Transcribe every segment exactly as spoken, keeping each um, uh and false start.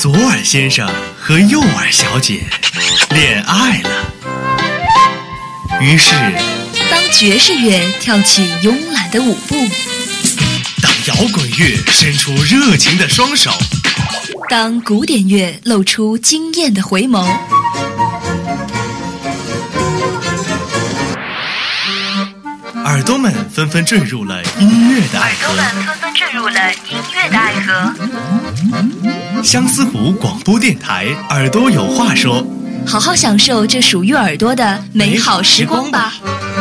左耳先生和右耳小姐恋爱了。于是， 当爵士乐跳起慵懒的舞步， 当摇滚乐伸出热情的双手， 当古典乐露出惊艳的回眸， 耳朵们纷纷坠入了音乐的爱河。 耳朵们纷纷坠入了音乐的爱河。 相思湖广播电台，耳朵有话说， 好好享受这属于耳朵的美好时光吧。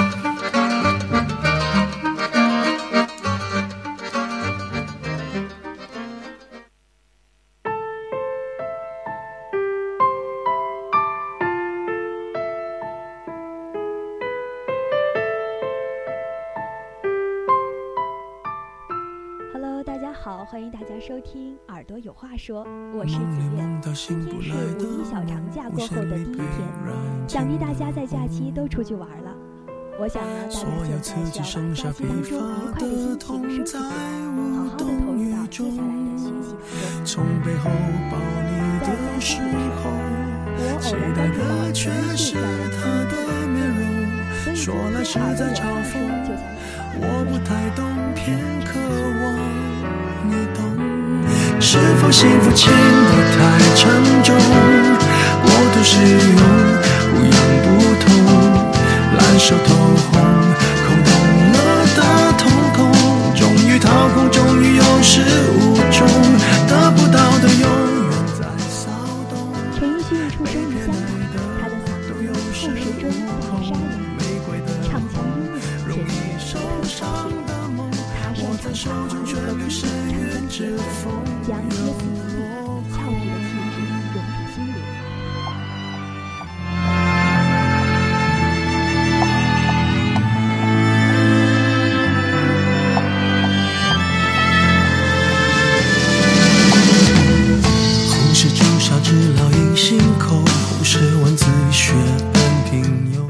Hello， 大家好，欢迎大家收听《耳朵有话说》，我是子月。今天是五一小长假过后的第一天，想必大家在假期都出去玩了。我想呢，大家现在需要把假期当中愉快的心情收起来，好好的投入到接下来的学习当中。在假期的时候，我偶然关注到陈奕迅在他的面容，所以今天耳朵有话说就想我不太懂，偏渴望你懂。是否幸福轻得太沉重？过度使用，不痒不痛，烂熟透红，空洞了的瞳孔。终于掏空，终于有始无终，得不到的永远在骚动。 陈奕迅出生于香港，他的嗓音透视中带沙哑，唱腔音乐简直受伤的梦，他擅长把华丽和激情长相结合，将歇斯底里、俏皮的气质融入心灵。 红是朱砂痣烙印心口，红是文字血般平庸。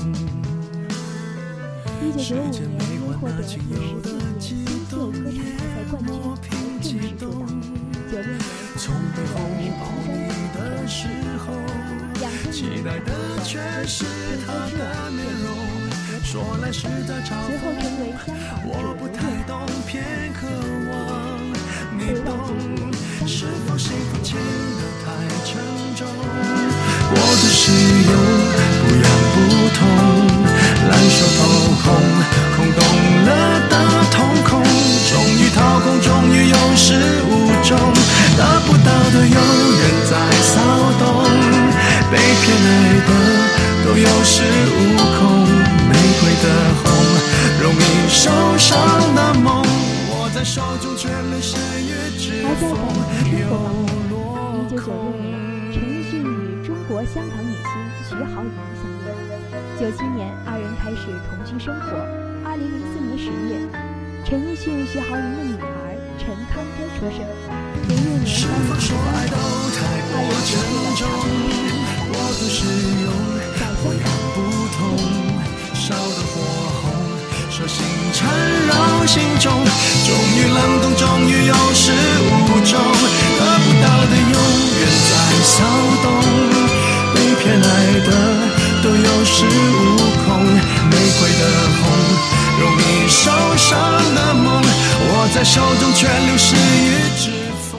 一九九五年，因获得第十四届新秀歌唱大赛冠军而正式出道。九六年， 从背后抱你的时候，期待的却是他的面容，说来是在嘲随后讽。 成为香港我不太懂，偏渴望你被外懂。 界是否幸福轻得太沉重？过度使用，不痒不痛，烂熟透红，空洞了的瞳孔。终于掏空，终于有始无终，得不到的永远在骚动。被偏爱的都有恃无恐，玫瑰的红，容易受伤的梦，握在手中却流失于指而在缝。 感情生活方面，一九九六年，陈奕迅与中国香港女星徐濠萦相恋。九七年，二人开始同居生活。二零零四年十月，陈奕迅、徐濠萦的女儿陈康歌出生。零六年是否说爱都太过沉重？过度使用，不痒不痛，烧得火红，手心缠绕心中。终于冷冻，终于有始无终，得不到的永远在骚动。被偏爱的都有恃无恐，玫瑰的红，容易受伤的梦，握在手中却流失于指缝。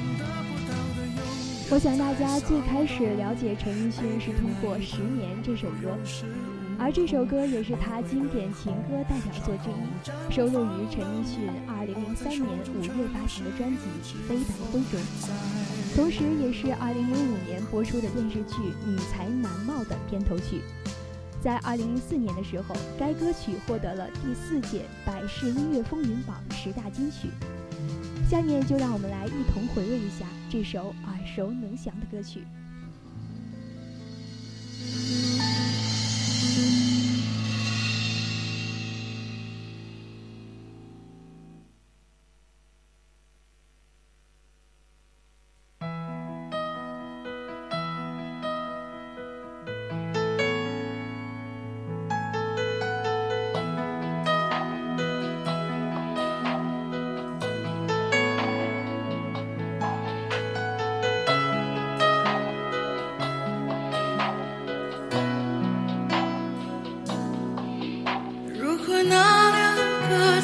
我想大家最开始了解陈奕迅是通过《十年》这首歌，而这首歌也是他经典情歌代表作之一，收录于陈奕迅二零零三年五月发行的专辑《飞白灰》中，同时也是二零零五年播出的电视剧《女才男貌》的片头曲。在二零零四年的时候，该歌曲获得了第四届百事音乐风云榜十大金曲。下面就让我们来一同回味一下这首耳熟能详的歌曲。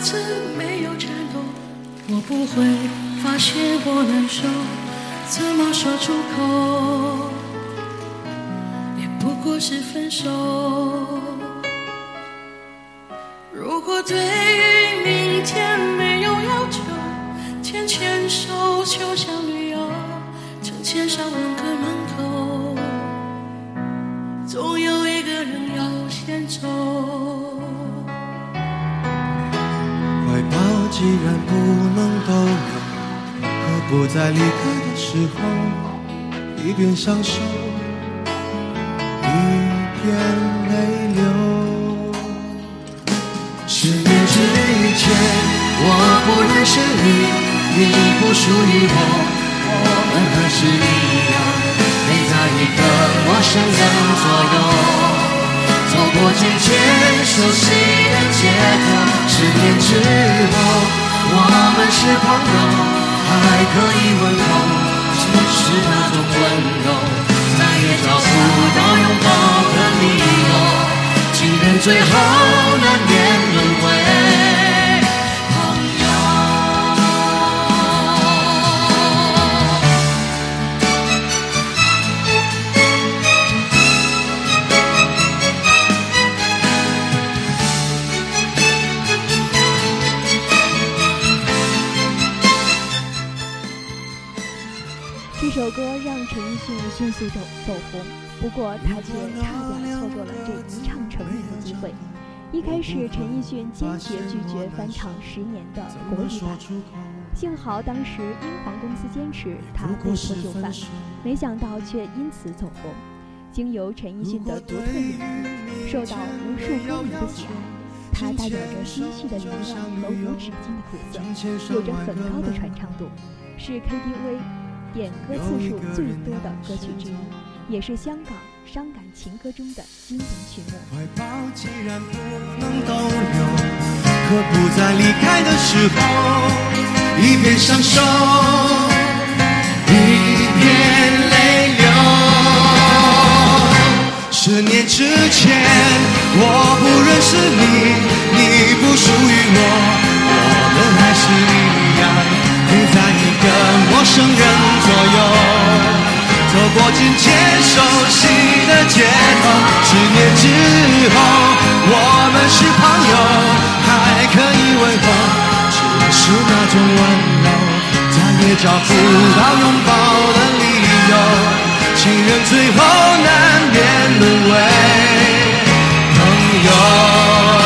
次没有颤抖，我不会发现我难受，怎么说出口，也不过是分手。如果对于明天没有要求，牵牵手就像旅游，成千上万个门口，总有一个人要先走。 怀抱既然不能都有，何不在离开的时候，一边享受，一边泪流。 十年之前，我不认识你，你不属于我，我们还是一样，陪在一个陌生人左右，走过渐渐熟悉的街头。十年之后，我们是朋友，还可以问候，只是那种温柔，再也找不到拥抱的理由。情人最后难免沦为朋友。 这首歌让陈奕迅迅速走走红，不过他却差点错过了这一唱成名的机会。一开始，陈奕迅坚决拒绝翻唱十年的国语版，幸好当时英皇公司坚持，他被迫就范，没想到却因此走红。经由陈奕迅的独特演绎，受到无数歌迷的喜爱。它代表着心绪的灵量和无止境的苦涩，有着很高的传唱度，是 K T V 点歌次数最多的歌曲之一，也是香港伤感情歌中的经典曲目。 怀抱既然不能逗留，何不在离开的时候，一边享受，一边泪流。十年之前，我不认识你，你不属于我，我们还是一样，陪在一个陌生人左右，走过渐渐熟悉的街头。十年之后，我们是朋友，还可以问候，只是那种温柔，再也找不到拥抱的理由。情人最后难免沦为朋友。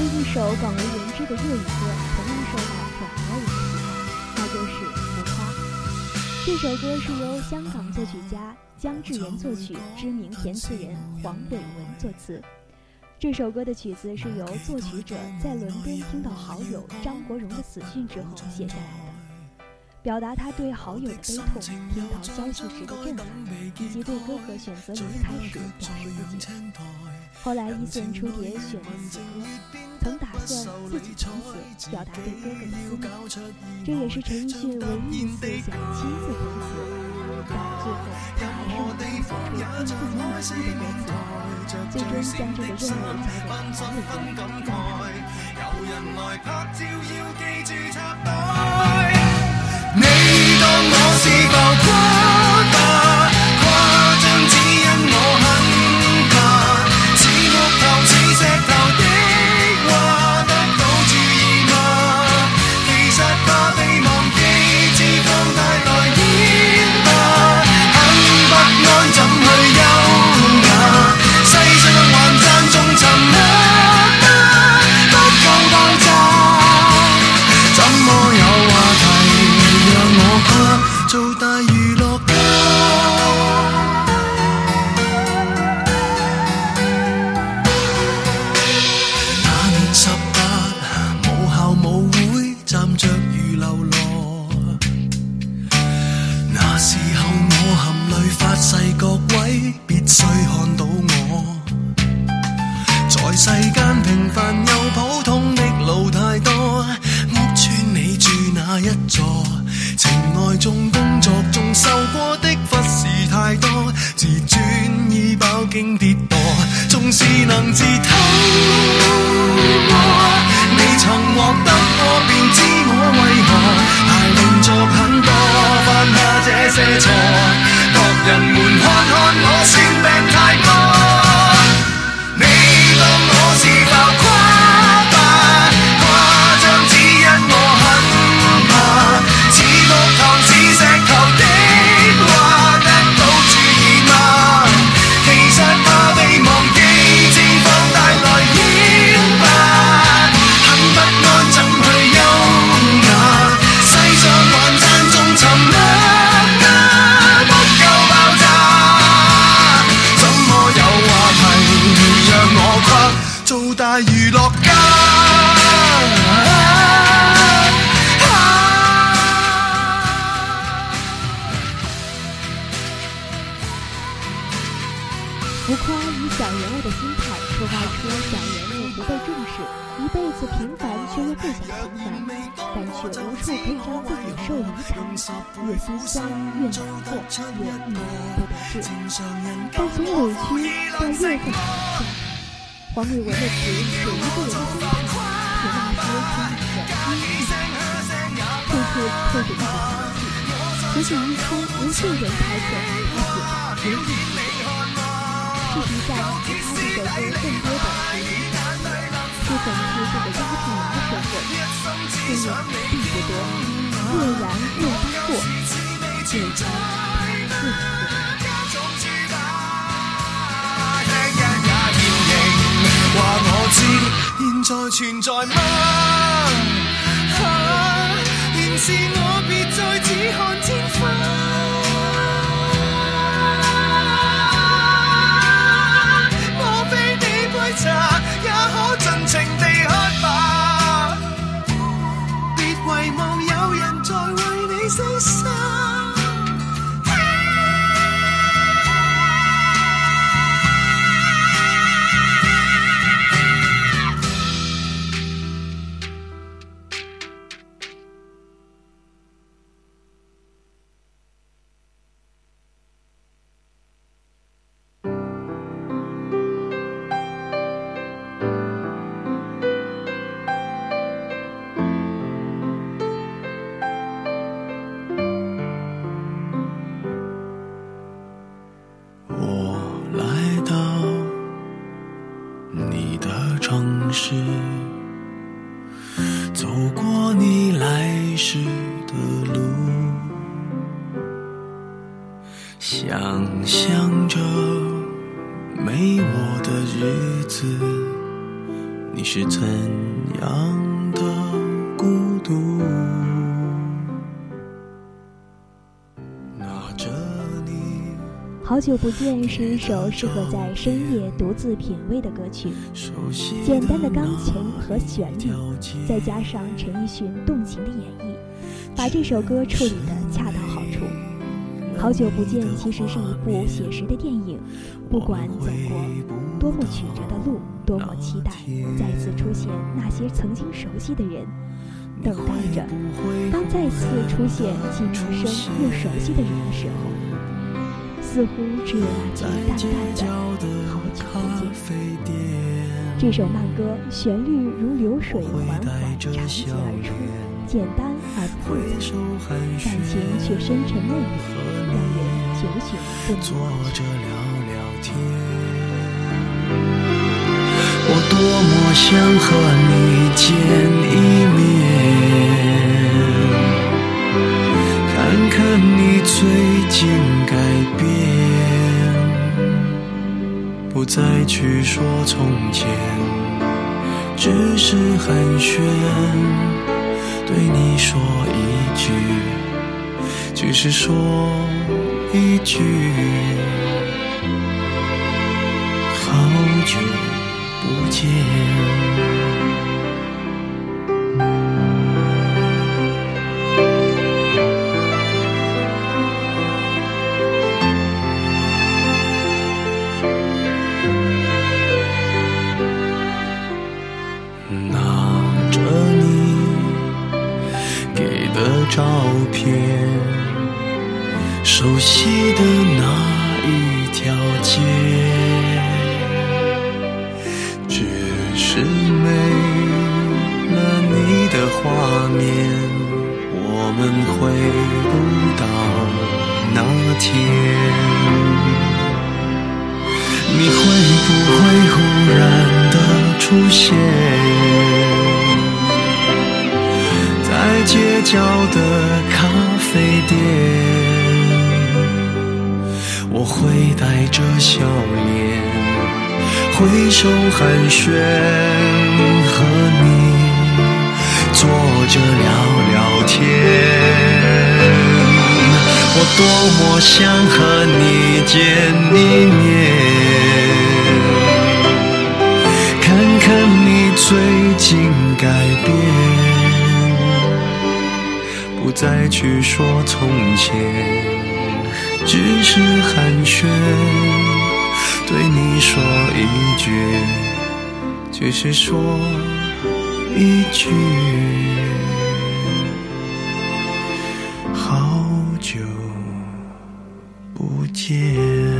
的一首广为人知的粤语歌同样受到很多人的喜爱，那就是《浮夸》。这首歌是由香港作曲家姜志源作曲，知名填词人黄伟文作词。这首歌的曲子是由作曲者在伦敦听到好友张国荣的死讯之后写下来的，表达他对好友的悲痛、听到消息时的震撼，以及对哥哥选择离开时表示自己。后来伊森出碟选了此歌，曾打算自己填词，表达对哥哥的思念。这也是陈奕迅唯一一次想亲自填词，但最后他还是努力写出跟自己满意的歌词，最终将这个任务交给黄伟文，让他有人來拍照要記住插袋，你當我是浮誇吧，誇張只因我很怕，似木頭似石頭的話得到注意嗎？其實怕被忘記，只放帶來演吧，很不安怎去優雅，世上還讚頌沉默嗎？不夠爆炸，怎麼有話題讓我跨做大娛樂家？那年十八，母校舞會站着如流羅，那時候我含淚發誓各位必須看到我，在世間平凡又普通的路太多，屋邨你住哪一座？情愛中工作中受過的忽視太多，自尊已飽經跌墮，縱是能自偷過，你曾獲得過便知我為何排練作很多，犯下這些錯，各人們看看我算病太多，你當我是浮誇吧，誇張只因我很怕，似木頭似石頭的話得到注意嗎？其實怕被忘記，只放帶來演吧，很不安怎去優雅，世上還讚頌沉默嗎？不夠爆炸，怎麼有話題讓我跨做大娛樂家？ 浮夸以小人物的心态刻画出小人物不被重视，一辈子平凡却又不想平凡，但却无处可以让自己受理惨，越心酸越难过，越郁郁不得志。但从委屈到怨恨的下，黄伟文的词写一个人的心态，写那些充满着阴郁，处处透着一股寒气，此景一出，无数人猜测他写的绝对是事实上，他这首歌更多的是理想性，是讽刺这个压制人的社会，经验并不多，若然若当过，就应他自己。 話我知，現在存在嗎？啊，原是我別再只看天花。也可盡情地喝吧，別遺忘有人在為你犧牲。走過你來時的路，想象着沒我的日子， 你是怎样的孤独？拿着你。 好久不见是一首适合在深夜独自品味的歌曲，简单的钢琴和旋律，再加上陈奕迅动情的演绎，把这首歌处理得恰到好处。好久不见其实是一部写实的电影，不管走过多么曲折的路，多么期待再次出现那些曾经熟悉的人，等待着当再次出现既陌生又熟悉的人的时候，似乎只有那句淡淡的好久不见。这首慢歌旋律如流水缓缓长起而出，简单而不复杂，感情却深沉内敛，让人久久不能忘记。 我多么想和你见一面，看看你最近改变，不再去说从前，只是寒暄，对你说一句，只是说一句，好久不见。拿着你给的照片，熟悉的那一条街，只是没了你的画面，我们回不到那天。你会不会忽然的出现在街角的咖啡店？我会带着笑脸挥手寒暄，和你坐着聊聊天。我多么想和你见一面，看看你最近改变，不再去说从前，只是寒暄，对你说一句，只是说一句，好久不见。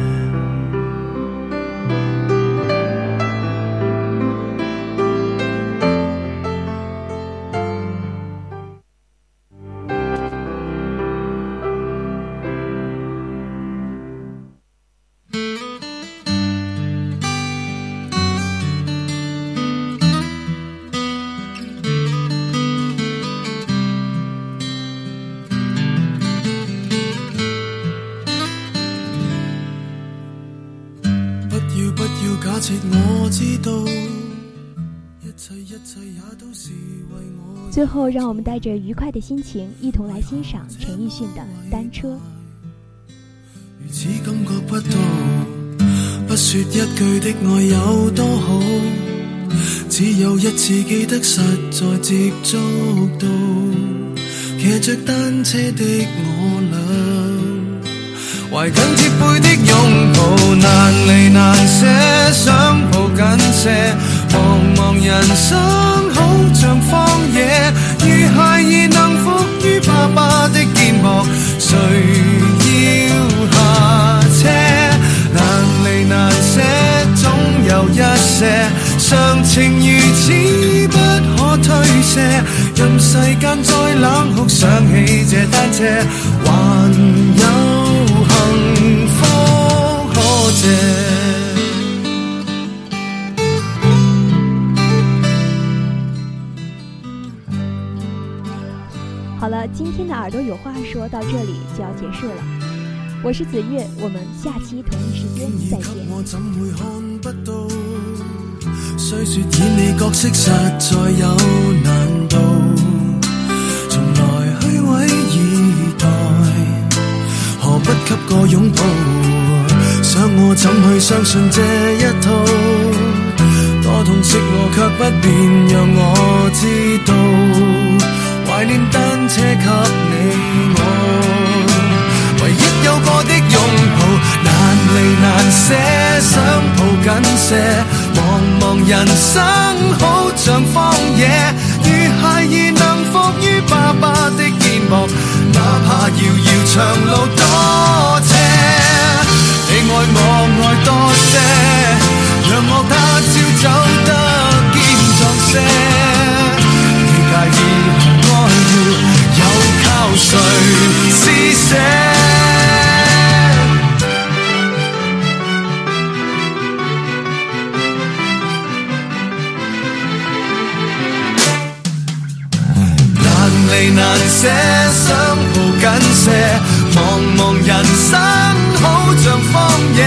最后让我们带着愉快的心情一同来欣赏陈奕迅的《單車》。 如此感覺不到，不說一句的愛有多好，只有一次記得實在接觸到，騎着單車的我倆，懷緊貼背的擁抱，難離難捨，想抱緊些，茫茫人生好像荒野，如孩兒能伏於爸爸的肩膊，誰要下車？難離難捨，總有一些常情如此不可推卸，任世間再冷酷，想起這單車，還有幸福可借。 好了，今天的耳朵有话说到这里就要结束了。我是子月，我们下期同一时间再见。 雖說演你角色實在有難度，從來虛偽以待，何不給個擁抱？想我怎去相信這一套？多痛惜我卻不便讓我知道，懷念單車給你我，唯一有過的擁抱，難離難捨，想抱緊些。茫茫人生好像荒野，如孩兒能伏於爸爸的肩膊，哪怕遙遙長路多斜，你愛我愛多些，讓我他朝走得堅壯些，你介意和愛護又靠誰施捨？離難捨，想抱緊些，茫茫人生好像荒野，